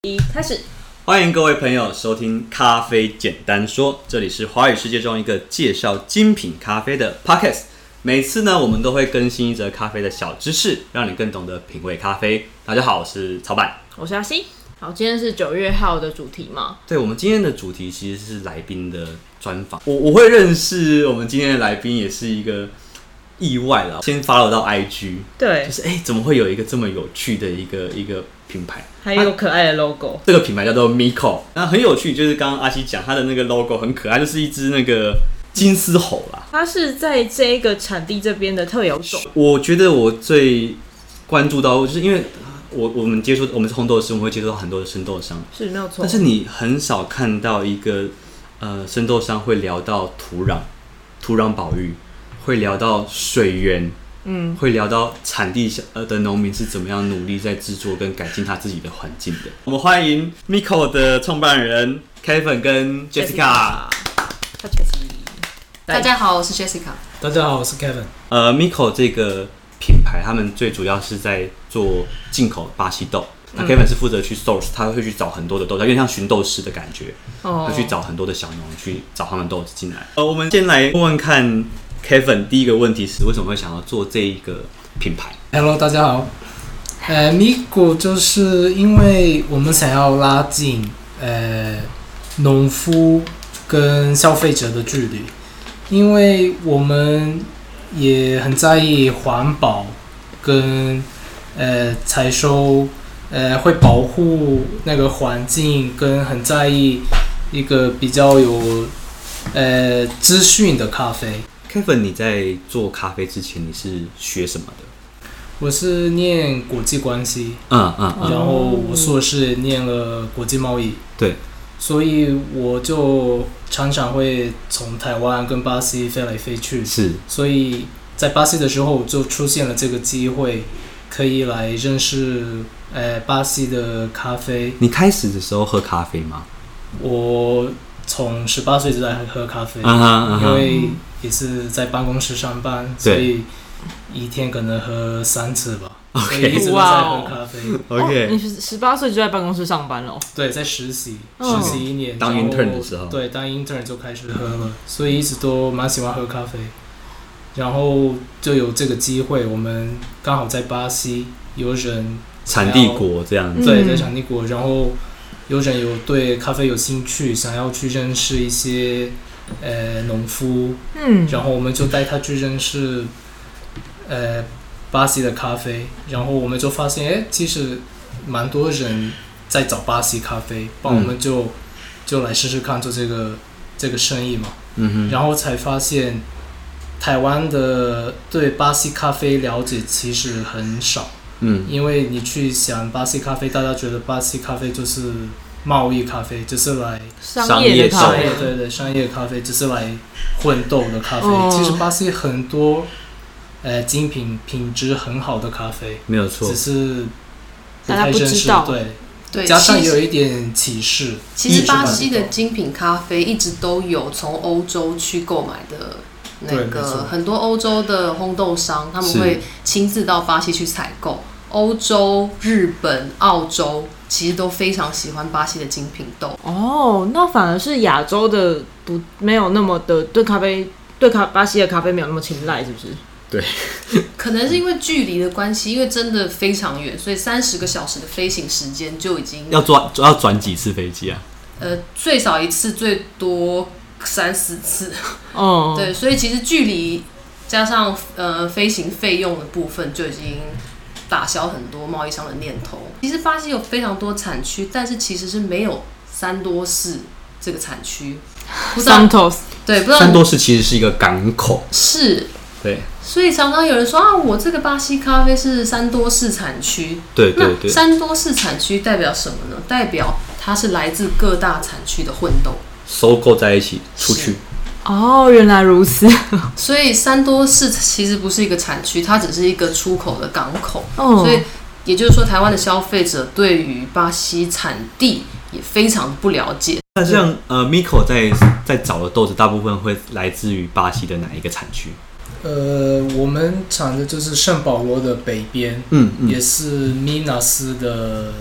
开始， 欢迎各位朋友收听《咖啡简单说》，这里是华语世界中一个介绍精品咖啡的 podcast。每次呢，我们都会更新一则咖啡的小知识，让你更懂得品味咖啡。大家好，我是曹板， 我是阿西。好，今天是9月号的主题嘛？ 对，我们今天的主题其实是来宾的专访。我会认识我们今天的来宾，也是一个意外啦。先 follow 到 IG， 对， 就是怎么会有一个这么有趣的一个品牌， 还有可爱的 logo。 这个品牌叫做 Miko， 那很有趣，就是刚刚阿西讲它的那个 logo 很可爱，就是一只那个金丝猴啦。 它是在这个产地这边的特有种。 我觉得我最关注到，就是因为我们接触我们是烘豆师，我们会接触到很多的生豆商， 是没有错。 但是你很少看到一个生豆商会聊到土壤保育，会聊到水源。会聊到产地的农民是怎么样努力在制作跟改进他自己的环境的。我们欢迎 Miko 的创办人 Kevin 跟 Jessica。 大家好，我是 Jessica。 大家好，我是 Kevin。 Miko 这个品牌，他们最主要是在做进口巴西豆。那 Kevin 是负责去 source， 他会去找很多的豆子，有点像寻豆师的感觉，会去找很多的小农去找他们豆子进来。我们先来问问看。Kevin 第一个问题是为什么会想要做这一个品牌 ？Hello， 大家好。Miko 就是因为我们想要拉近农夫跟消费者的距离，因为我们也很在意环保跟采收，会保护那个环境，跟很在意一个比较有资讯的咖啡。 Kevin， 你在做咖啡之前，你是学什么的？ 我是念国际关系，然后我硕士念了国际贸易， 对， 所以我就常常会从台湾跟巴西飞来飞去， 是， 所以在巴西的时候就出现了这个机会，可以来认识巴西的咖啡。 你开始的时候喝咖啡吗？ 我从18岁就在喝咖啡，因为也是在办公室上班，所以一天可能喝3次吧。所以一直都在喝咖啡。 OK， 你18岁就在办公室上班了？ 对，在实习1年， 当 intern 的时候， 对，当 intern 就开始喝了，所以一直都蛮喜欢喝咖啡。然后就有这个机会，我们刚好在巴西，有人产地国这样子， 对，在产地国，然后有人有对咖啡有兴趣，想要去认识一些农夫，然后我们就带他去认识巴西的咖啡，然后我们就发现其实蛮多人在找巴西咖啡，帮我们就来试试看做这个生意嘛，然后才发现台湾的对巴西咖啡了解其实很少。因为你去想巴西咖啡，大家觉得巴西咖啡就是贸易咖啡，就是来商业的咖啡， 对，商业咖啡就是来混豆的咖啡。其实巴西很多精品质很好的咖啡， 没有错， 只是大家不知道， 对，加上有一点歧视。 其实巴西的精品咖啡一直都有从欧洲去购买的。那个很多欧洲的烘豆商，他们会亲自到巴西去采购。欧洲、日本、澳洲其实都非常喜欢巴西的精品豆。 那反而是亚洲的没有那么的对巴西的咖啡没有那么青睐，是不是？ 对， 可能是因为距离的关系，因为真的非常远，所以30个小时的飞行时间就已经要转几次飞机啊？ 最少1次，最多3-4次。对，所以其实距离加上飞行费用的部分就已经打消很多贸易商的念头。其实巴西有非常多产区，但是其实是没有三多市这个产区。 Santos， 对，不知道三多市其实是一个港口， 是， 对， 所以常常有人说我这个巴西咖啡是三多市产区。 对， 那三多市产区代表什么呢？代表它是来自各大产区的混豆收购在一起出去。 原来如此。 所以三多市其实不是一个产区，它只是一个出口的港口。所以也就是说，台湾的消费者对于巴西产地也非常不了解。 那像Miko 在找的豆子，大部分会来自于巴西的哪一个产区？ 我们产的就是圣保罗的北边，也是米纳斯的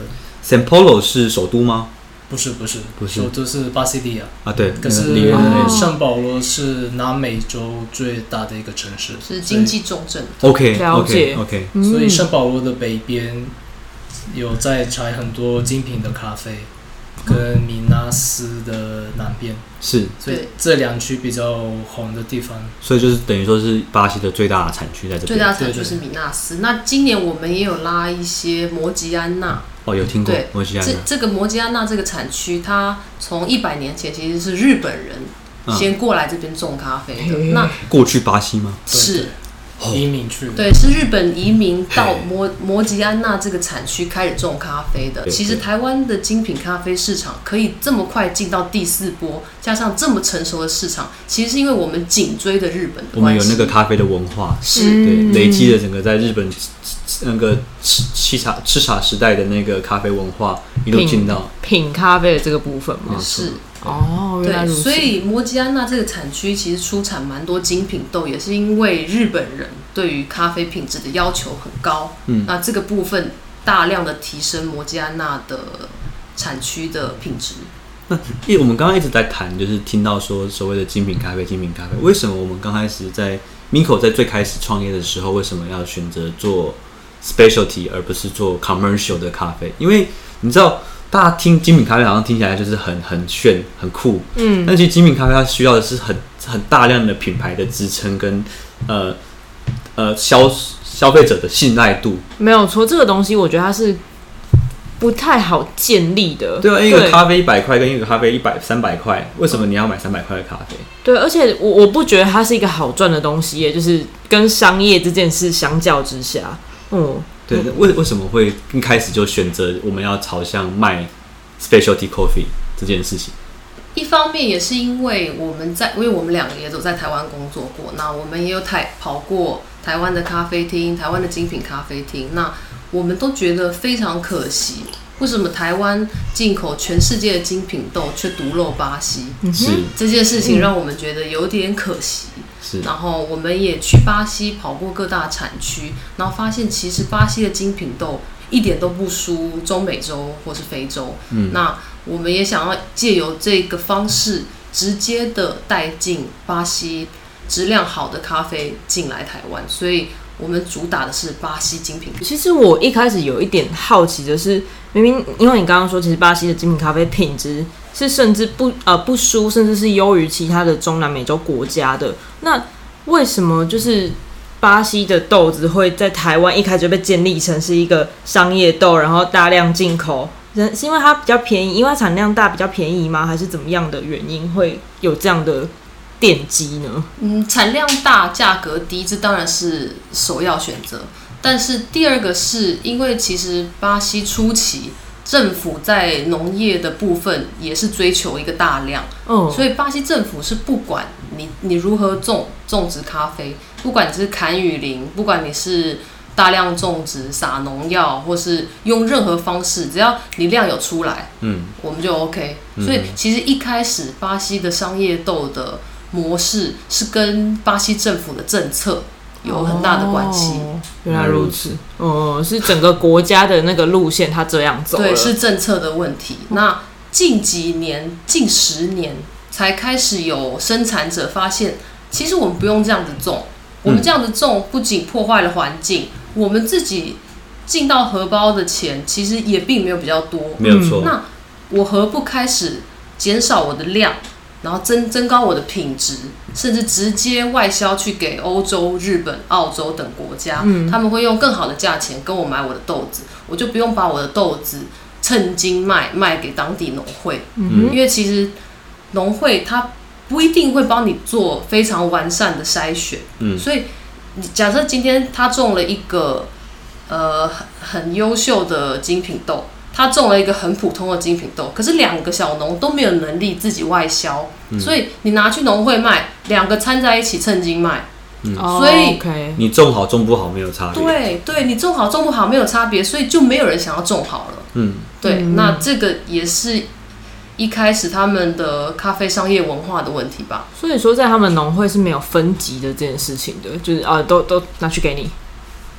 São Paulo 是首都吗？ 不是，首都是巴西利亚啊，对。 可是圣保罗是南美洲最大的一个城市， 是经济重镇。 OK， 所以圣保罗的北边有在采很多精品的咖啡，跟米纳斯的南边是， 所以这两区比较红的地方。 所以就是等于说是巴西的最大的产区在这边。 最大的产区是米纳斯。那今年我们也有拉一些摩吉安纳。 有听过摩吉安纳。 这个摩吉安纳这个产区，它从100年前其实是日本人先过来这边种咖啡的。那过去巴西吗？ 是。 移民去， 对，是日本移民到摩吉安纳这个产区开始种咖啡的。其实台湾的精品咖啡市场可以这么快进到第4波，加上这么成熟的市场，其实是因为我们紧追的日本的关系。 我们有那个咖啡的文化， 是对，累积了整个在日本那个吃茶时代的那个咖啡文化，一路进到品咖啡的这个部分吗？ 是。 原来如此。 所以摩吉安纳这个产区其实出产蛮多精品豆，也是因为日本人对于咖啡品质的要求很高。那这个部分大量的提升摩吉安纳的产区的品质。 那我们刚刚一直在谈，就是听到说所谓的精品咖啡，为什么我们刚开始在 Miko 在最开始创业的时候，为什么要选择做 specialty 而不是做 commercial 的咖啡？因为你知道。大家听精品咖啡好像听起来就是很炫、很酷，但其实精品咖啡它需要的是很大量的品牌的支撑跟消费者的信赖度。 没有错，这个东西我觉得它是不太好建立的。 对啊，一个咖啡100块跟一个咖啡300块，为什么你要买300块的咖啡？ 对，而且我不觉得它是一个好赚的东西耶，就是跟商业这件事相较之下， 对，为什么会一开始就选择我们要朝向卖 specialty coffee 这件事情？ 一方面也是因为我们两个也都在台湾工作过，那我们也有跑过台湾的咖啡厅、台湾的精品咖啡厅，那我们都觉得非常可惜，为什么台湾进口全世界的精品豆却独漏巴西？ 是这件事情让我们觉得有点可惜。然后我们也去巴西跑过各大产区，然后发现其实巴西的精品豆一点都不输中美洲或是非洲。那我们也想要借由这个方式，直接的带进巴西质量好的咖啡进来台湾，所以我们主打的是巴西精品。 其实我一开始有一点好奇的是，明明因为你刚刚说，其实巴西的精品咖啡品质是甚至不输，甚至是优于其他的中南美洲国家的。那为什么就是巴西的豆子会在台湾一开始就被建立成是一个商业豆，然后大量进口？是因为它比较便宜，因为它产量大比较便宜吗？还是怎么样的原因会有这样的奠基呢？ 产量大、价格低，这当然是首要选择。但是第二个是因为其实巴西初期政府在农业的部分也是追求一个大量，所以巴西政府是不管你如何种植咖啡，不管你是砍雨林，不管你是大量种植、撒农药，或是用任何方式，只要你量有出来，我们就 OK。所以其实一开始巴西的商业豆的模式是跟巴西政府的政策有很大的关系。 原来如此，是整个国家的那个路线，它这样走了。 对，是政策的问题。那近几年、近10年才开始有生产者发现，其实我们不用这样子种，我们这样子种不仅破坏了环境，我们自己进到荷包的钱其实也并没有比较多。 没有错。 那我何不开始减少我的量？然后增高我的品质，甚至直接外销去给欧洲、日本、澳洲等国家，他们会用更好的价钱跟我买我的豆子，我就不用把我的豆子称斤卖给当地农会，因为其实农会它不一定会帮你做非常完善的筛选，所以假设今天他种了一个很优秀的精品豆。他种了一个很普通的精品豆，可是2个小农都没有能力自己外销，所以你拿去农会卖，2个掺在一起称斤卖，所以你种好种不好没有差别。 对，你种好种不好没有差别，所以就没有人想要种好了。对，那这个也是一开始他们的咖啡商业文化的问题吧。 所以说，在他们农会是没有分级的这件事情的，就是都拿去给你。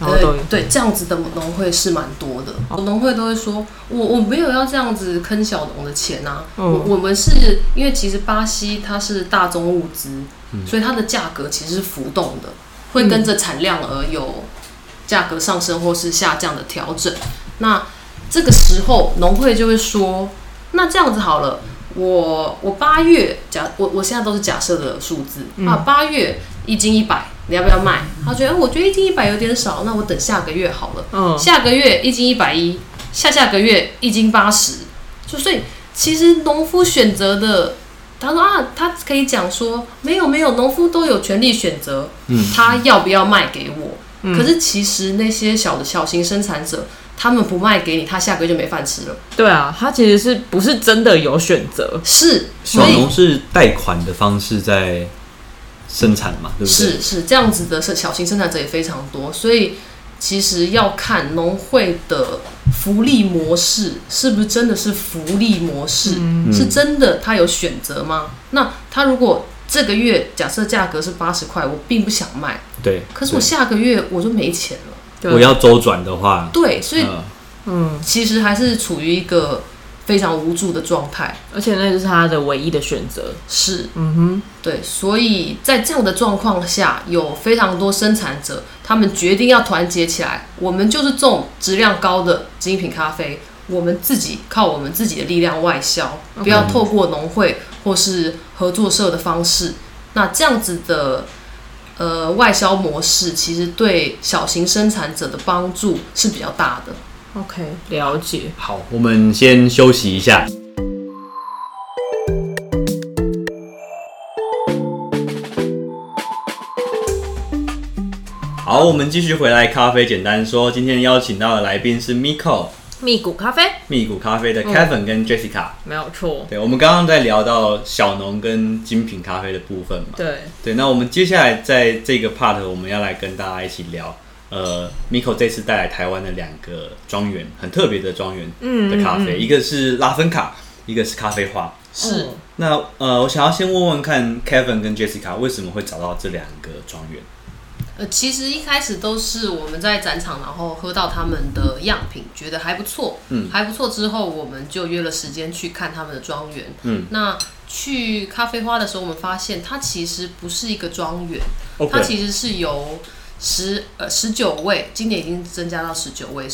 对，这样子的农会是蛮多的。农会都会说，我没有要这样子坑小农的钱啊。我们是因为其实巴西它是大宗物资，所以它的价格其实是浮动的，会跟着产量而有价格上升或是下降的调整。那这个时候农会就会说，那这样子好了，我8月我现在都是假设的数字啊，8月1斤100，你要不要卖？他觉得我觉得1斤100有点少，那我等下个月好了。下个月1斤110，下个月1斤80，所以其实农夫选择的，他说啊，他可以讲说没有，农夫都有权利选择，他要不要卖给我。可是其实那些小型生产者，他们不卖给你，他下个月就没饭吃了。 对啊，他其实不是真的有选择， 是小农是贷款的方式在生产嘛，对不对？ 是这样子的，小型生产者也非常多，所以其实要看农会的福利模式是不是真的是福利模式，是真的他有选择吗？那他如果这个月假设价格是80块，我并不想卖， 对， 可是我下个月我就没钱了， 我要周转的话， 对，所以其实还是处于一个非常无助的状态， 而且那就是他的唯一的选择。 是，对，所以在这样的状况下，有非常多生产者，他们决定要团结起来，我们就是种质量高的精品咖啡，我们自己靠我们自己的力量外销，不要透过农会或是合作社的方式。那这样子的外销模式，其实对小型生产者的帮助是比较大的。 OK， 了解。 好，我们先休息一下。好，我们继续回来咖啡简单说。今天邀请到的来宾是 Miko 蜜谷咖啡的 Kevin 跟 Jessica， 没有错。 对，我们刚刚在聊到小农跟精品咖啡的部分嘛。对，那我们接下来在这个 part 我们要来跟大家一起聊。Miko 这次带来台湾的2个庄园，很特别的庄园的咖啡，一个是拉芬卡，一个是咖啡花。 是。 那我想要先问问看 Kevin 跟 Jessica 为什么会找到这2个庄园？ 其实一开始都是我们在展场，然后喝到他们的样品，觉得还不错，还不错之后，我们就约了时间去看他们的庄园。那去咖啡花的时候，我们发现它其实不是一个庄园，它其实是由19位，今年已经增加到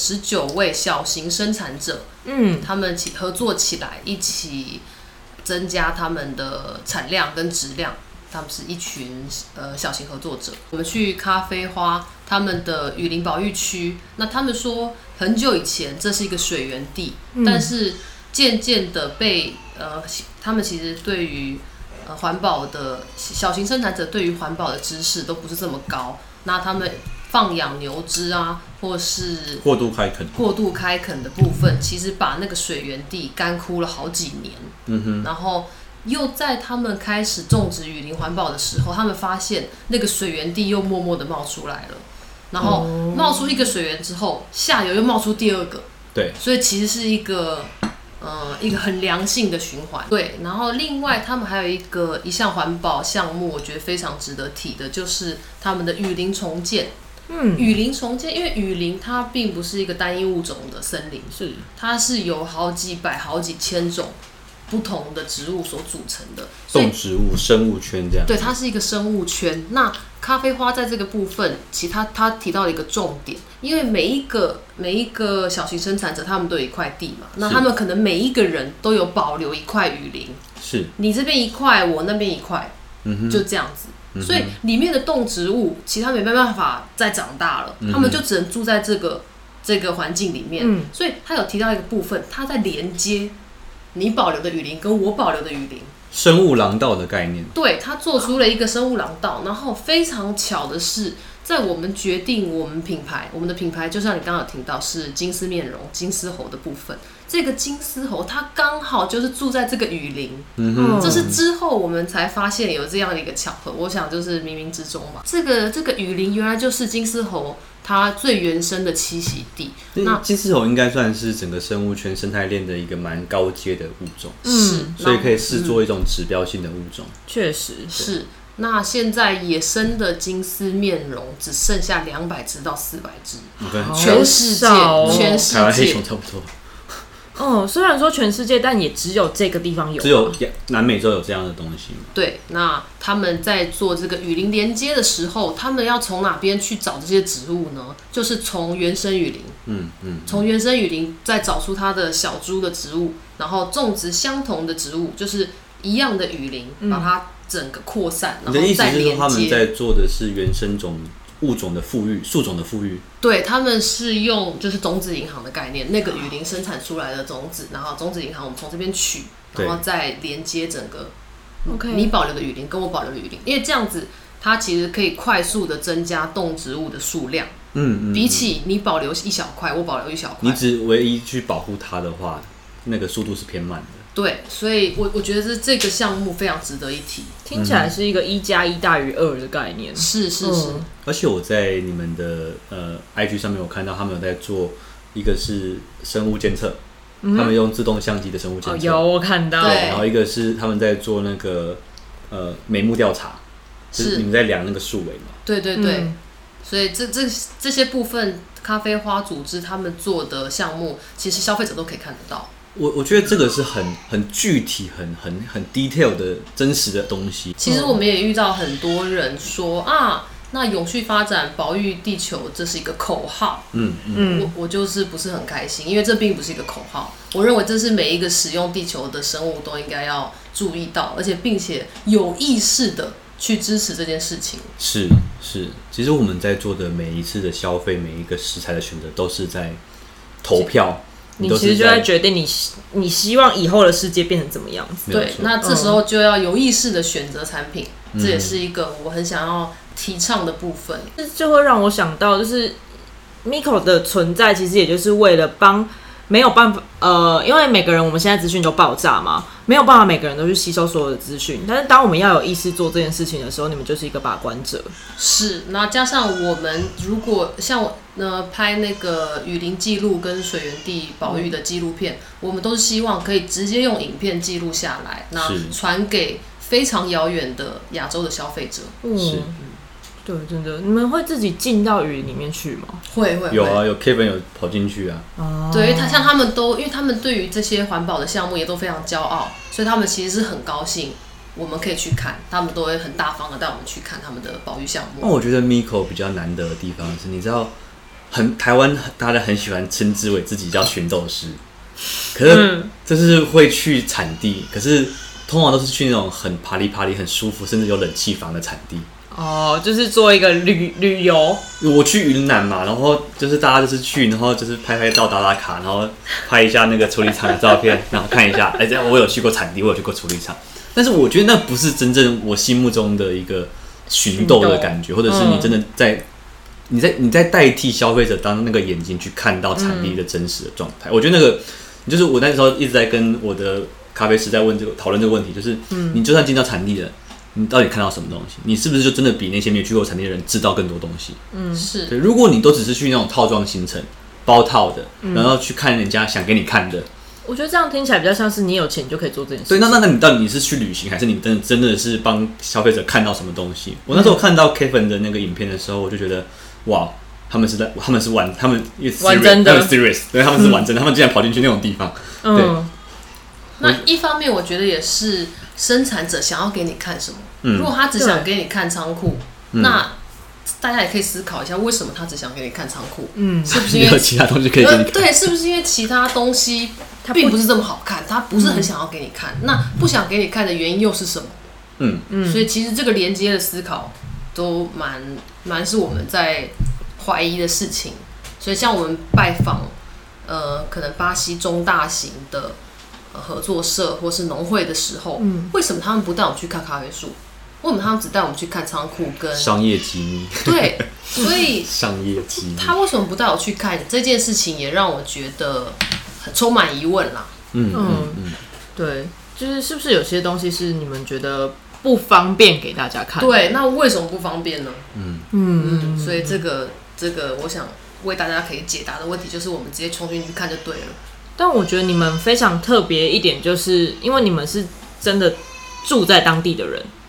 19位小型生产者，他们合作起来，一起增加他们的产量跟质量。他们是一群小型合作者。我们去咖啡花他们的雨林保育区，那他们说很久以前这是一个水源地，但是渐渐的被他们其实对于环保的小型生产者对于环保的知识都不是这么高，那他们放养牛只啊，或是过度开垦的部分，其实把那个水源地干枯了好几年。然后又在他们开始种植雨林环保的时候，他们发现那个水源地又默默的冒出来了，然后冒出一个水源之后，下游又冒出第2个， 对， 所以其实是一个很良性的循环。对，然后另外他们还有一项环保项目，我觉得非常值得提的，就是他们的雨林重建。雨林重建，因为雨林它并不是一个单一物种的森林，它是由好几百、好几千种不同的植物所组成的动植物生物圈这样。 对，它是一个生物圈。那咖啡花在这个部分，其实他提到了一个重点，因为每一个小型生产者，他们都有一块地嘛，那他们可能每一个人都有保留一块雨林，是你这边一块，我那边一块，就这样子。所以里面的动植物，其实它没办法再长大了，他们就只能住在这个环境里面。所以他有提到一个部分，他在连接你保留的雨林跟我保留的雨林， 生物廊道的概念。 对，他做出了一个生物廊道。然后非常巧的是，在我们决定我们的品牌就像你刚刚有听到是金丝面容金丝猴的部分，这个金丝猴它刚好就是住在这个雨林。这是之后我们才发现有这样的一个巧合，我想就是冥冥之中嘛。这个雨林原来就是金丝猴它最原生的栖息地。 那金丝猴应该算是整个生物圈生态链的一个蛮高阶的物种， 是， 所以可以视作一种指标性的物种。 确实是。 那现在野生的金丝面龙只剩下200只到400只，全世界，全世界， 台湾黑熊差不多。 虽然说全世界，但也只有这个地方有， 只有南美洲有这样的东西。 对，那他们在做这个雨林连接的时候，他们要从哪边去找这些植物呢？就是从原生雨林，从原生雨林再找出它的小株的植物，然后种植相同的植物，就是一样的雨林，把它整个扩散，然后再连接。 你的意思是说他们在做的是原生物种的富裕，树种的富裕？ 对，他们是用就是种子银行的概念，那个雨林生产出来的种子，然后种子银行我们从这边取，然后再连接整个你保留的雨林跟我保留的雨林，因为这样子它其实可以快速的增加动植物的数量。比起你保留一小块，我保留一小块， 你只唯一去保护它的话，那个速度是偏慢的。 对，所以我觉得这个项目非常值得一提， 听起来是一个1+1大于2的概念。 是。 而且我在你们的IG 上面有看到他们有在做一个是生物监测，他们用自动相机的生物监测， 有我看到。 然后一个是他们在做那个眉目调查，就是你们在量那个树围嘛。 对，所以这些部分咖啡花组织他们做的项目，其实消费者都可以看得到。 我觉得这个是很具体、很 detail 的真实的东西。 其实我们也遇到很多人说那永续发展、保育地球，这是一个口号。我就是不是很开心，因为这并不是一个口号。我认为这是每一个使用地球的生物都应该要注意到，而且并且有意识的去支持这件事情。 是，其实我们在做的每一次的消费，每一个食材的选择，都是在投票。 你其实就在决定你希望以后的世界变成怎么样子。 对，那这时候就要有意识的选择产品，这也是一个我很想要提倡的部分。 就会让我想到，就是 Miko 的存在，其实也就是为了帮没有办法因为每个人我们现在资讯都爆炸嘛，没有办法每个人都去吸收所有的资讯。但是当我们要有意识做这件事情的时候，你们就是一个把关者。 是，那加上我们如果像拍那个雨林记录跟水源地保育的纪录片，我们都是希望可以直接用影片记录下来，那传给非常遥远的亚洲的消费者。 是。 对，真的，你们会自己进到雨林里面去吗？ 会有啊，有 Kevin 有跑进去啊。 对，像他们因为他们对于这些环保的项目也都非常骄傲，所以他们其实是很高兴我们可以去看，他们都会很大方的带我们去看他们的保育项目。 那我觉得 Miko 比较难得的地方是，你知道，台湾大家很喜欢称之为自己叫寻斗师，可是就是会去产地，可是通常都是去那种很啪里很舒服，甚至有冷气房的产地。 就是做一个旅游。 我去云南嘛，然后就是大家就是去，然后就是拍照打卡，然后拍一下那个处理厂的照片，然后看一下，这样我有去过产地，我有去过处理厂。但是我觉得那不是真正我心目中的一个寻斗的感觉，或者是你真的你在代替消费者当那个眼睛去看到产地的真实的状态。我觉得那个就是我那时候一直在跟我的咖啡师在讨论这个问题，就是你就算进到产地了，你到底看到什么东西？你是不是就真的比那些没有去过产地的人知道更多东西？ 是。 对，如果你都只是去那种套装行程、包套的，然后去看人家想给你看的， 我觉得这样听起来比较像是你有钱你就可以做这件事。 对，那你到底你是去旅行，还是你真的是帮消费者看到什么东西？我那时候看到 Kevin 的那个影片的时候，我就觉得哇，他们是玩真的， 他们 serious， 对，他们是玩真的，他们竟然跑进去那种地方。对。 那一方面，我觉得也是生产者想要给你看什么。如果他只想给你看仓库，那大家也可以思考一下，为什么他只想给你看仓库？是不是因为有其他东西可以给你看？ 对，是不是因为其他东西它并不是这么好看，他不是很想要给你看？那不想给你看的原因又是什么？所以其实这个连接的思考都蛮是我们在怀疑的事情。所以像我们拜访可能巴西中大型的合作社或是农会的时候，为什么他们不带我们去看咖啡树？为什么他们只带我们去看仓库跟商业机密？ 对，所以商业机密， 他为什么不带我去看这件事情，也让我觉得很充满疑问啦。 对，就是是不是有些东西是你们觉得不方便给大家看？ 对，那为什么不方便呢？所以这个我想为大家可以解答的问题，就是我们直接冲进去看就对了。 但我觉得你们非常特别一点，就是因为你们是真的住在当地的人，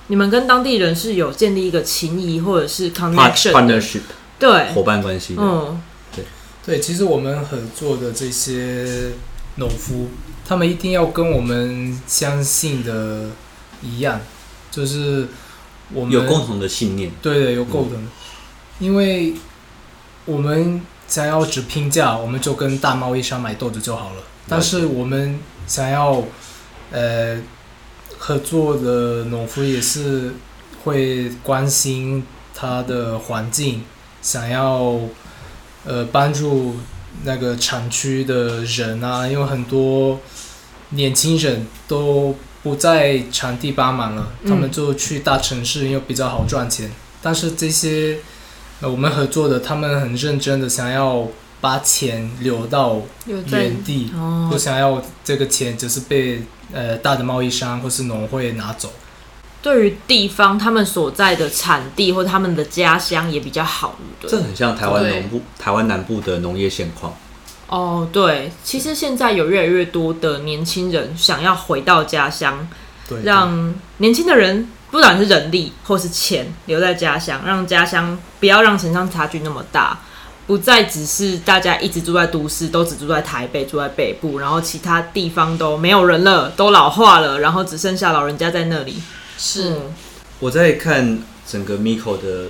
你们跟当地人是有建立一个情谊或者是 connection partnership， 对， 伙伴关系的。 对，其实我们合作的这些农夫，他们一定要跟我们相信的一样，就是我们有共同的信念。 对，有共同的，因为我们想要只拼价，我们就跟大贸易商买豆子就好了。但是我们想要合作的农夫也是会关心他的环境，想要帮助那个产区的人啊，因为很多年轻人都不在产地帮忙了，他们就去大城市，因为比较好赚钱。但是这些我们合作的，他们很认真的想要把钱留到原地，不想要这个钱只是被大的贸易商或是农会拿走。 对于地方他们所在的产地或他们的家乡也比较好，对， 这很像台湾南部的农业现况。 哦，对，其实现在有越来越多的年轻人想要回到家乡，让年轻的人不管是人力或是钱留在家乡，让家乡不要让城乡差距那么大，不再只是大家一直住在都市，都只住在台北，住在北部，然后其他地方都没有人了，都老化了，然后只剩下老人家在那里。 是， 我在看整个 Miko 的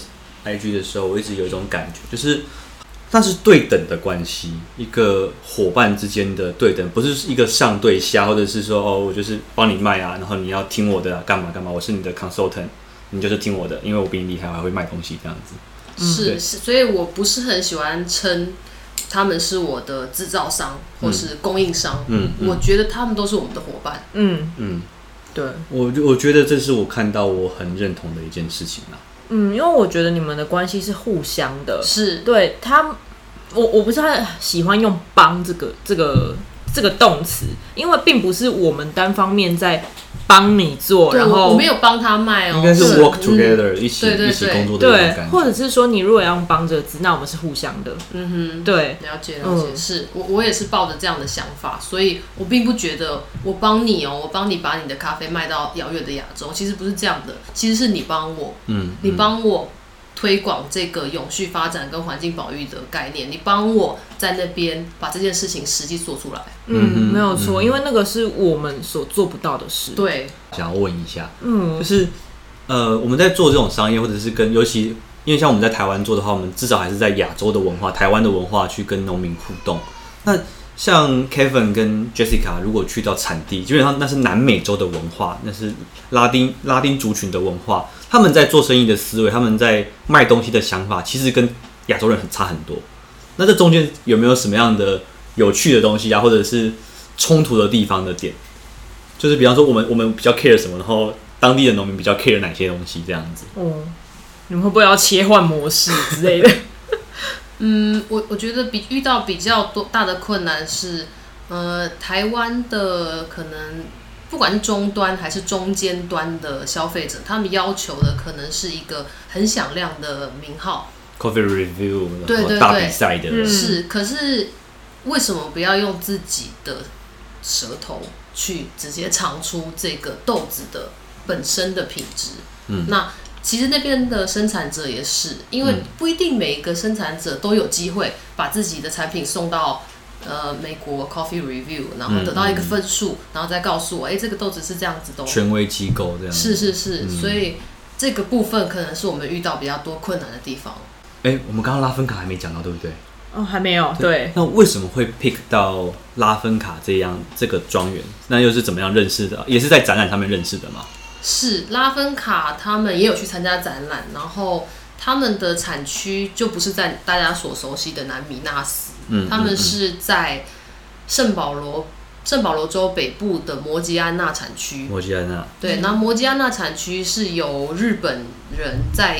IG 的时候，我一直有一种感觉，就是那是对等的关系，一个伙伴之间的对等，不是一个上对下，或者是说我就是帮你卖啊，然后你要听我的干嘛干嘛，我是你的 consultant， 你就是听我的，因为我比你厉害，我还会卖东西这样子。 是，所以我不是很喜欢称他们是我的制造商或是供应商，我觉得他们都是我们的伙伴。 对， 我觉得这是我看到我很认同的一件事情啦。 因为我觉得你们的关系是互相的， 是对他，我不是太喜欢用“帮”这个动词，因为并不是我们单方面在帮你做，然后我没有帮他卖应该是 work together，一起工作的一种感觉。 或者是说你如果要用帮这个字，那我们是互相的。对， 了解。是我也是抱着这样的想法，所以我并不觉得我帮你我帮你把你的咖啡卖到遥远的亚洲，其实不是这样的，其实是你帮我，你帮我推广这个永续发展跟环境保育的概念，你帮我在那边把这件事情实际做出来。 没有错，因为那个是我们所做不到的事。 对，想要问一下，就是我们在做这种商业，或者是尤其因为像我们在台湾做的话，我们至少还是在亚洲的文化、台湾的文化去跟农民互动。那像 Kevin 跟 Jessica 如果去到产地，基本上那是南美洲的文化，那是拉丁族群的文化，他们在做生意的思维，他们在卖东西的想法，其实跟亚洲人差很多。那这中间有没有什么样的有趣的东西啊，或者是冲突的地方的点？就是比方说我们比较 care 什么，然后当地的农民比较 care 哪些东西这样子。 你们会不会要切换模式之类的？ 我觉得遇到比较大的困难是，台湾的可能不管是终端还是中间端的消费者，他们要求的可能是一个很响亮的名号 ，Coffee Review， 对， 大比赛的， 是。可是为什么不要用自己的舌头去直接尝出这个豆子的本身的品质？那其实那边的生产者也是，因为不一定每一个生产者都有机会把自己的产品送到美国 Coffee Review， 然后得到一个分数，然后再告诉我，这个豆子是这样子的。 权威机构这样。 是，所以这个部分可能是我们遇到比较多困难的地方。 我们刚刚拉芬卡还没讲到，对不对？ 还没有。对。 那为什么会 pick 到拉芬卡这个庄园？那又是怎么样认识的？也是在展览上面认识的吗？ 是拉芬卡，他们也有去参加展览，然后他们的产区就不是在大家所熟悉的南米纳斯，他们是在圣保罗州北部的摩吉安纳产区。 摩吉安纳， 对，那摩吉安纳产区是由日本人在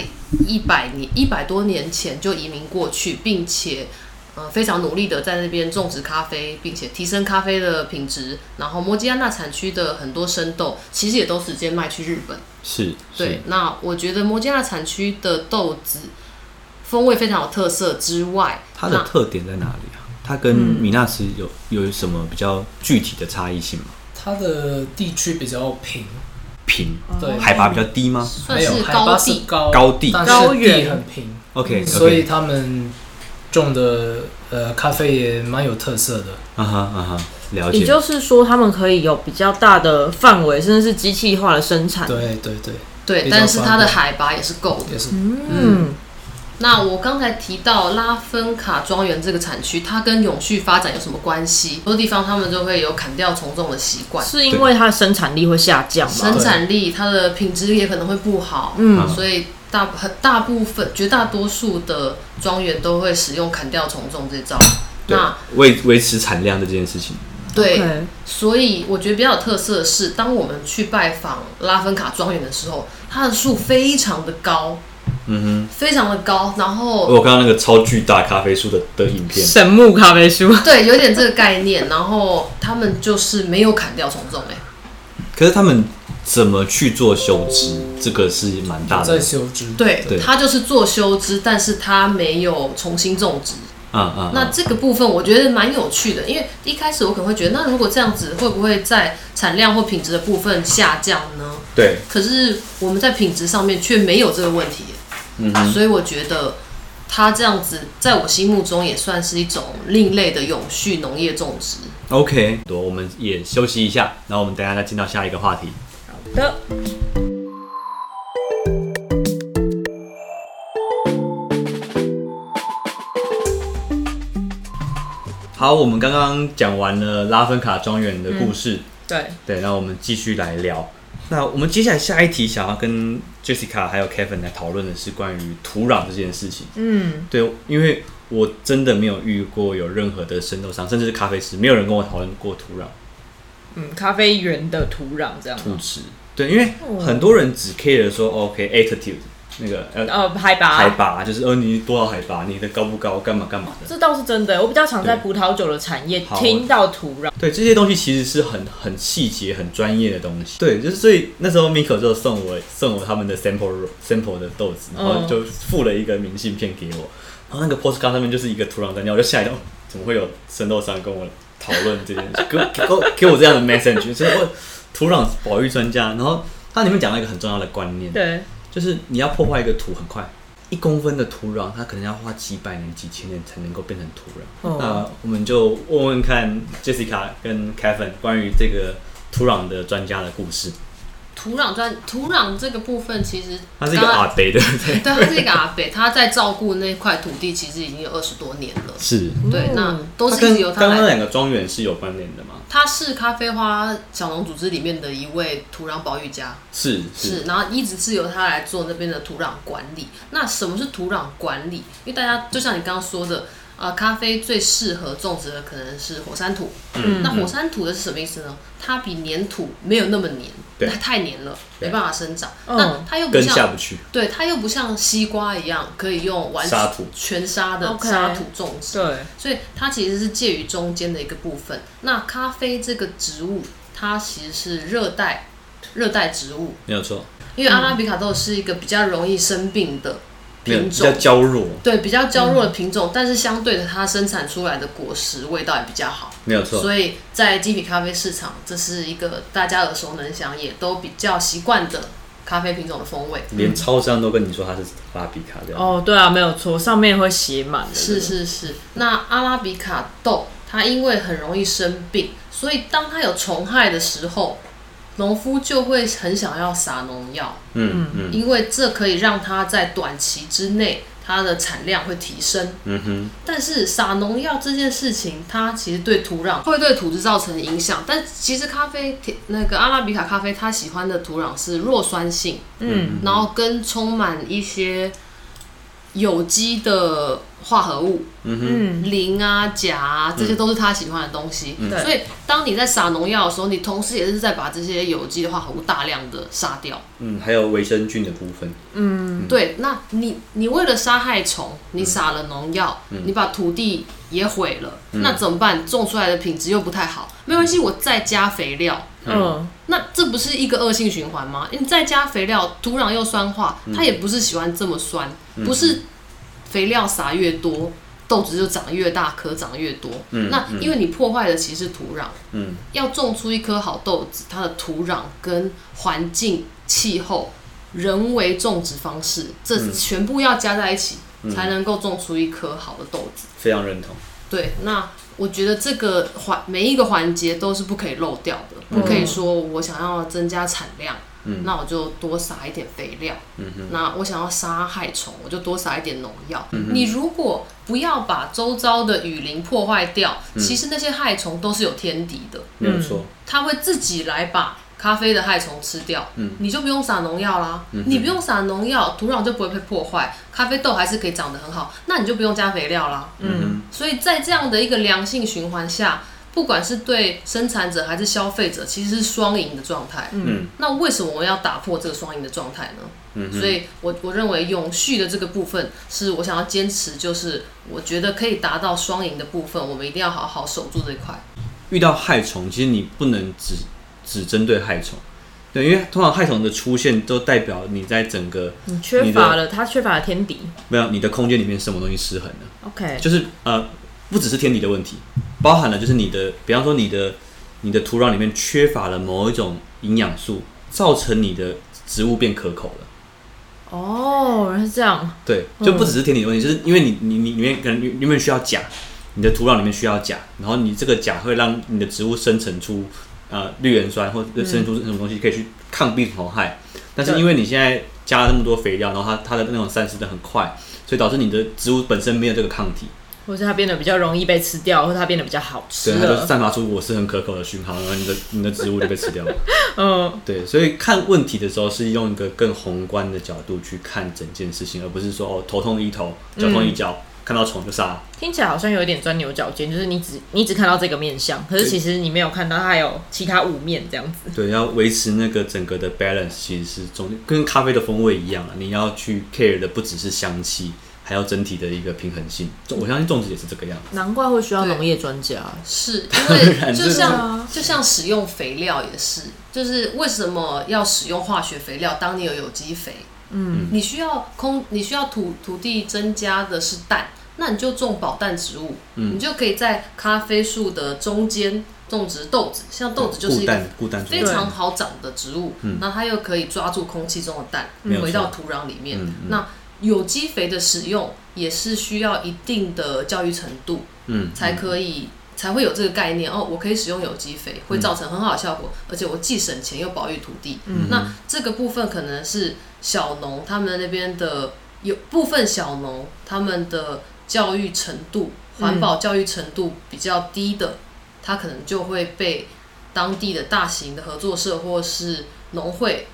100多年前就移民过去，并且非常努力的在那边种植咖啡，并且提升咖啡的品质。然后摩吉安纳产区的很多生豆，其实也都直接卖去日本。 是。 对，那我觉得摩吉安纳产区的豆子风味非常有特色之外， 它的特点在哪里啊？它跟米纳斯有什么比较具体的差异性吗？ 它的地区比较平， 平， 对， 海拔比较低吗？ 算是高地， 高地， 但是地很平。 OK， 所以他们种的咖啡也蛮有特色的。 了解。 也就是说，他们可以有比较大的范围，甚至是机器化的生产。 对，但是它的海拔也是够的。那我刚才提到拉芬卡庄园这个产区，它跟永续发展有什么关系？很多地方他们就会有砍掉从种的习惯， 是因为它的生产力会下降吗？ 生产力它的品质也可能会不好，所以大部分绝大多数的庄园都会使用砍掉从种这招。 那维持产量的这件事情。 对，所以我觉得比较有特色的是，当我们去拜访拉芬卡庄园的时候，它的树非常的高。非常的高，然后我看到那个超巨大咖啡树的影片， 神木咖啡树， 对，有点这个概念。然后他们就是没有砍掉从种可是他们怎么去做修枝？这个是蛮大的。 在修枝， 对，他就是做修枝，但是他没有重新种植。那这个部分我觉得蛮有趣的，因为一开始我可能会觉得，那如果这样子，会不会在产量或品质的部分下降呢？ 对。 可是我们在品质上面却没有这个问题。所以我觉得它这样子，在我心目中也算是一种另类的永续农业种植。 OK， 我们也休息一下，然后我们等一下再进到下一个话题。 好的。 好，我们刚刚讲完了拉芬卡庄园的故事， 对， 那我们继续来聊。那我们接下来下一题想要跟 Jessica 还有 Kevin 来讨论的是关于土壤这件事情。对，因为我真的没有遇过有任何的生豆商，甚至是咖啡师，没有人跟我讨论过土壤。 咖啡园的土壤这样。 土质，对，因为很多人只 care 说 OK altitude。那个海拔就是你多少海拔，你的高不高，干嘛的。 这倒是真的，我比较常在葡萄酒的产业听到土壤。 对，这些东西其实是很细节、很专业的东西。对，就是所以那时候 Miko 就送我他们的 sample 的豆子，然后就附了一个明信片给我，然后那个 postcard 上面就是一个土壤专家，我就吓一跳，怎么会有生豆商跟我讨论这件事，给我这样的 message， 所以我土壤保育专家，然后它里面讲了一个很重要的观念， 对。 就是你要破坏一个土很快，1公分的土壤，它可能要花几百年、几千年才能够变成土壤。那我们就问看 Jessica 跟 Kevin 关于这个土壤的专家的故事。 土壤这个部分其实他是一个阿伯，对不对？ 对，他是一个阿伯，他在照顾那块土地其实已经有20多年了。 是， 对，那都是由他来。 刚刚2个庄园是有关联的吗？ 他是咖啡花小农组织里面的一位土壤保育家， 是， 然后一直是由他来做那边的土壤管理。那什么是土壤管理？因为大家就像你刚刚说的。咖啡最适合种植的可能是火山土。那火山土的是什么意思呢？它比黏土没有那么黏，它太黏了，没办法生长。那它又不像下不去， 对，它又不像西瓜一样可以用全沙的沙土种植。 对， 所以它其实是介于中间的一个部分。那咖啡这个植物，它其实是热带植物， 没有错。 因为阿拉比卡豆是一个比较容易生病的。 比较娇弱， 对，比较娇弱的品种，但是相对的，它生产出来的果实味道也比较好， 没有错。 所以在精品咖啡市场，这是一个大家耳熟能详，也都比较习惯的咖啡品种的风味。 连超商都跟你说它是阿拉比卡这样。 对啊，没有错，上面会写满的。 是。那阿拉比卡豆它因为很容易生病，所以当它有虫害的时候。农夫就会很想要撒农药，因为这可以让它在短期之内它的产量会提升。但是撒农药这件事情，它其实对土壤会对土质造成影响。但其实咖啡那个阿拉比卡咖啡，它喜欢的土壤是弱酸性，然后跟充满一些有机的化合物，磷啊、钾啊，这些都是他喜欢的东西。所以当你在撒农药的时候，你同时也是在把这些有机的化合物大量的杀掉。 还有微生菌的部分。 对，那你为了杀害虫，你撒了农药，你把土地也毁了，那怎么办？种出来的品质又不太好，没关系，我再加肥料。那这不是一个恶性循环吗？你再加肥料，土壤又酸化，它也不是喜欢这么酸，不是肥料撒越多， 豆子就长得越大，壳长得越多。那因为你破坏的其实是土壤。要种出一颗好豆子，它的土壤跟环境、气候、人为种植方式，这全部要加在一起，才能够种出一颗好的豆子。 非常认同。 对，那我觉得这个每一个环节都是不可以漏掉的，不可以说我想要增加产量。那我就多撒一点肥料。那我想要杀害虫，我就多撒一点农药。你如果不要把周遭的雨林破坏掉，其实那些害虫都是有天敌的， 没有错， 它会自己来把咖啡的害虫吃掉。你就不用撒农药啦。你不用撒农药，土壤就不会被破坏，咖啡豆还是可以长得很好，那你就不用加肥料啦。所以在这样的一个良性循环下，不管是对生产者还是消费者，其实是双赢的状态。那为什么我们要打破这个双赢的状态呢？所以我认为永续的这个部分是我想要坚持，就是我觉得可以达到双赢的部分，我们一定要好好守住这一块。 遇到害虫，其实你不能只针对害虫。对，因为通常害虫的出现都代表你在整个你缺乏了，它缺乏了天敌， 没有你的空间里面什么东西失衡了。 OK， 就是不只是天敌的问题，包含了就是你的，比方说你的土壤里面缺乏了某一种营养素，造成你的植物变可口了。 原来是这样。 对，就不只是天敌的问题，就是因为你里面可能里面需要钾，你的土壤里面需要钾，然后你这个钾会让你的植物生成出绿原酸，或者生成出什么东西可以去抗病虫害。但是因为你现在加了那么多肥料，然后它的那种散失的很快，所以导致你的植物本身没有这个抗体。 或是它变得比较容易被吃掉，或者它变得比较好吃了， 对，它就散发出我是很可口的讯号，然后你的植物就被吃掉了。对，所以看问题的时候是用一个更宏观的角度去看整件事情，而不是说头痛医头，脚痛医脚，看到虫就杀。 听起来好像有一点钻牛角尖，就是你只看到这个面向，可是其实你没有看到它还有其他5面这样子。 对，要维持那个整个的 balance， 其实是跟咖啡的风味一样，你要去 care 的不只是香气。还有整体的一个平衡性，我相信种植也是这个样子。 难怪会需要农业专家， 是因为就像使用肥料也是，就是为什么要使用化学肥料？当你有有机肥，你需要土地增加的是氮，那你就种保氮植物，你就可以在咖啡树的中间种植豆子，像豆子就是一个非常好长的植物，那它又可以抓住空气中的氮，回到土壤里面。那有机肥的使用也是需要一定的教育程度，才会有这个概念。我可以使用有机肥，会造成很好的效果，而且我既省钱又保育土地。那这个部分可能是小农他们那边的有部分小农他们的教育程度，环保教育程度比较低的，他可能就会被当地的大型的合作社或是农会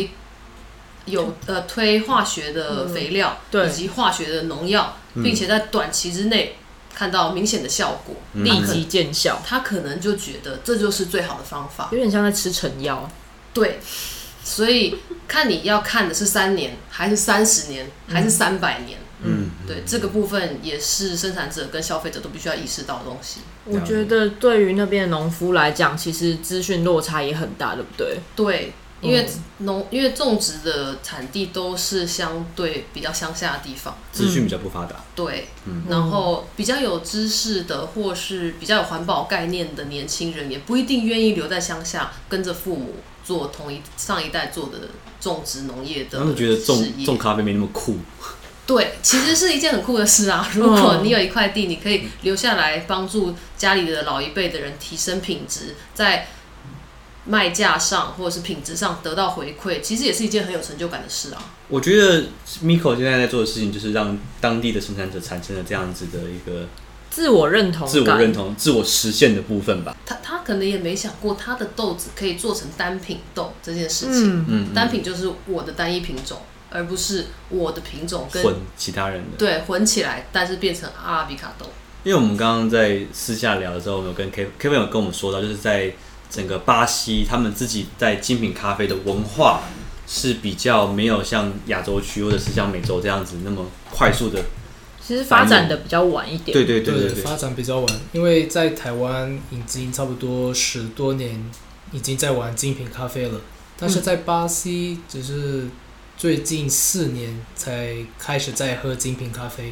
推化学的肥料，以及化学的农药，并且在短期之内看到明显的效果， 立即见效， 他可能就觉得这就是最好的方法， 有点像在吃成药。 对，所以看你要看的是3年，还是30年，还是300年。对，这个部分也是生产者跟消费者都必须要意识到的东西。 我觉得对于那边的农夫来讲，其实资讯落差也很大，对不对？ 对。因为种植的产地都是相对比较乡下的地方， 资讯比较不发达。 对，然后比较有知识的或是比较有环保概念的年轻人，也不一定愿意留在乡下，跟着父母做上一代做的种植农业的。 他们觉得种咖啡没那么酷。 对，其实是一件很酷的事啊！如果你有一块地，你可以留下来帮助家里的老一辈的人提升品质，在卖价上或者是品质上得到回馈，其实也是一件很有成就感的事啊。我觉得 Miko 现在在做的事情，就是让当地的生产者产生了这样子的一个自我认同、 自我实现的部分吧。 他可能也没想过，他的豆子可以做成单品豆这件事情。单品就是我的单一品种，而不是我的品种跟混其他人的， 对，混起来，但是变成阿拉比卡豆。 因为我们刚刚在私下聊的时候，我们有跟 Kevin 有跟我们说到，就是在整个巴西，他们自己在精品咖啡的文化是比较没有像亚洲区或者是像美洲这样子那么快速的， 其实发展的比较晚一点。 对， 发展比较晚，因为在台湾已经差不多10多年已经在玩精品咖啡了，但是在巴西只是最近4年才开始在喝精品咖啡。其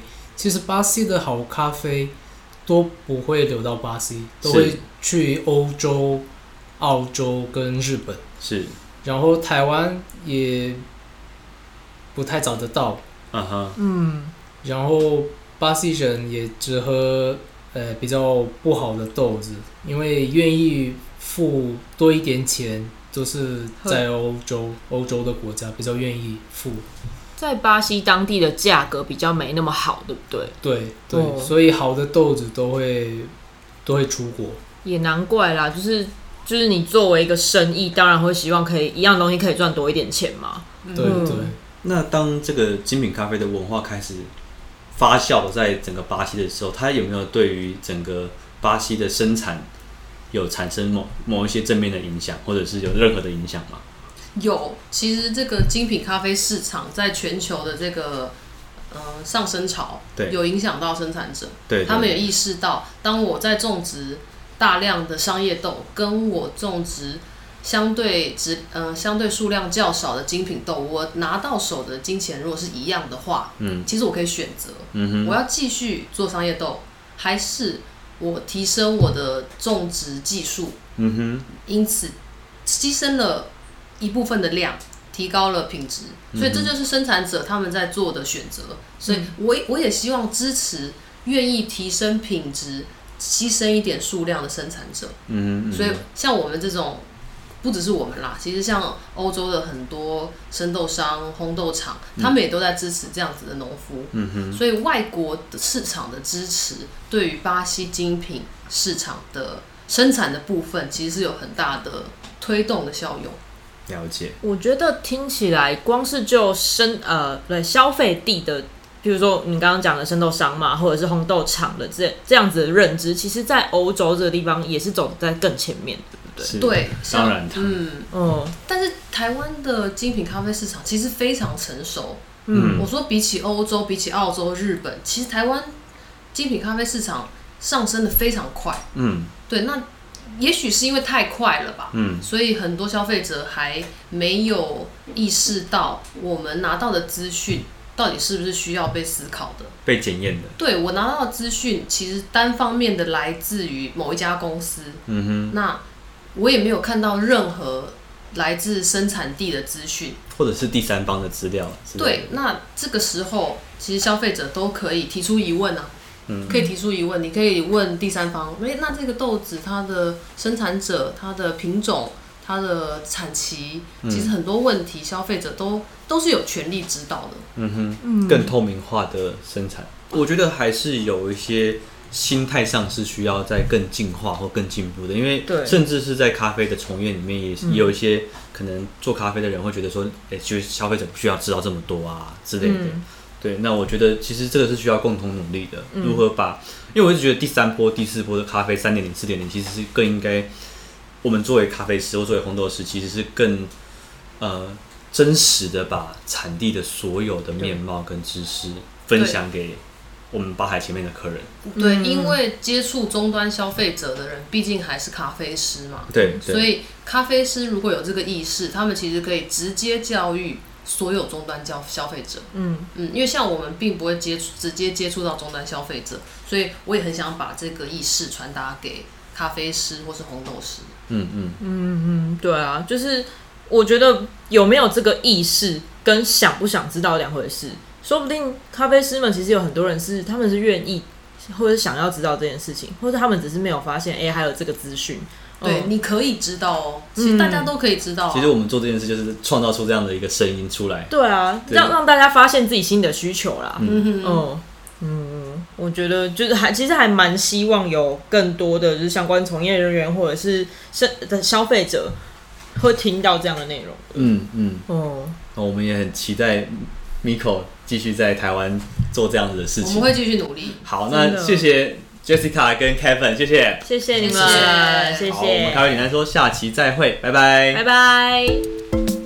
其实巴西的好咖啡都不会流到巴西，都会去欧洲、澳洲跟日本。 是， 然后台湾也不太找得到。然后巴西人也只喝比较不好的豆子，因为愿意付多一点钱，就是在欧洲的国家比较愿意付。 在巴西当地的价格比较没那么好，对不对？ 对，所以好的豆子都会出国。 也难怪啦，就是你作为一个生意，当然会希望可以一样东西可以赚多一点钱嘛。 对。 那当这个精品咖啡的文化开始发酵在整个巴西的时候，它有没有对于整个巴西的生产有产生某一些正面的影响，或者是有任何的影响吗？ 有，其实这个精品咖啡市场在全球的这个上升潮，有影响到生产者。对，他们也意识到，当我在种植大量的商业豆，跟我种植相对数量较少的精品豆，我拿到手的金钱如果是一样的话，其实我可以选择，我要继续做商业豆，还是我提升我的种植技术，因此牺牲了一部分的量，提高了品质，所以这就是生产者他们在做的选择。所以我也希望支持愿意提升品质、牺牲一点数量的生产者。所以像我们这种，不只是我们啦，其实像欧洲的很多生豆商、烘豆厂，他们也都在支持这样子的农夫。所以外国的市场的支持，对于巴西精品市场的生产的部分，其实是有很大的推动的效用。 了解。 我觉得听起来，光是就消费地的，比如说你刚刚讲的生豆商嘛，或者是烘豆厂的这样子的认知，其实在欧洲这个地方也是走在更前面的。 对， 当然， 但是台湾的精品咖啡市场其实非常成熟。我说比起欧洲、比起澳洲、日本，其实台湾精品咖啡市场上升的非常快。对，那也许是因为太快了吧。所以很多消费者还没有意识到我们拿到的资讯到底是不是需要被思考的、 被检验的。 对，我拿到的资讯其实单方面的来自于某一家公司。那我也没有看到任何来自生产地的资讯， 或者是第三方的资料。 对，那这个时候其实消费者都可以提出疑问啊。可以提出疑问，你可以问第三方，那这个豆子它的生产者、它的品种、它的产期，其实很多问题消费者都是有权利知道的。 更透明化的生产，我觉得还是有一些心态上是需要再更进化或更进步的，因为甚至是在咖啡的从业里面也有一些可能做咖啡的人会觉得说，其实消费者不需要知道这么多啊之类的。对，那我觉得其实这个是需要共同努力的，如何把，因为我一直觉得第三波、第四波的咖啡3.0、4.0其实是更应该，我们作为咖啡师或作为烘豆师，其实是更真实的把产地的所有的面貌跟知识分享给我们吧台前面的客人。 对，因为接触终端消费者的人，毕竟还是咖啡师嘛。 对， 所以咖啡师如果有这个意识，他们其实可以直接教育所有终端消费者。因为像我们并不会直接接触到终端消费者，所以我也很想把这个意识传达给咖啡师或是烘豆师。 对啊，就是我觉得有没有这个意识跟想不想知道两回事。说不定咖啡师们其实有很多人他们是愿意或者想要知道这件事情，或者他们只是没有发现，还有这个资讯。 对，你可以知道哦，其实大家都可以知道。 其实我们做这件事就是创造出这样的一个声音出来。 对啊，让大家发现自己新的需求啦。我觉得就是其实还蛮希望有更多的就是相关从业人员或者是消费者会听到这样的内容。 我们也很期待 Miko 继续在台湾做这样子的事情。 我们会继续努力。 好，那谢谢 Jessica 跟 Kevin， 谢谢你们，谢谢。 好，我们咖啡简单说，下期再会，拜拜， 拜拜。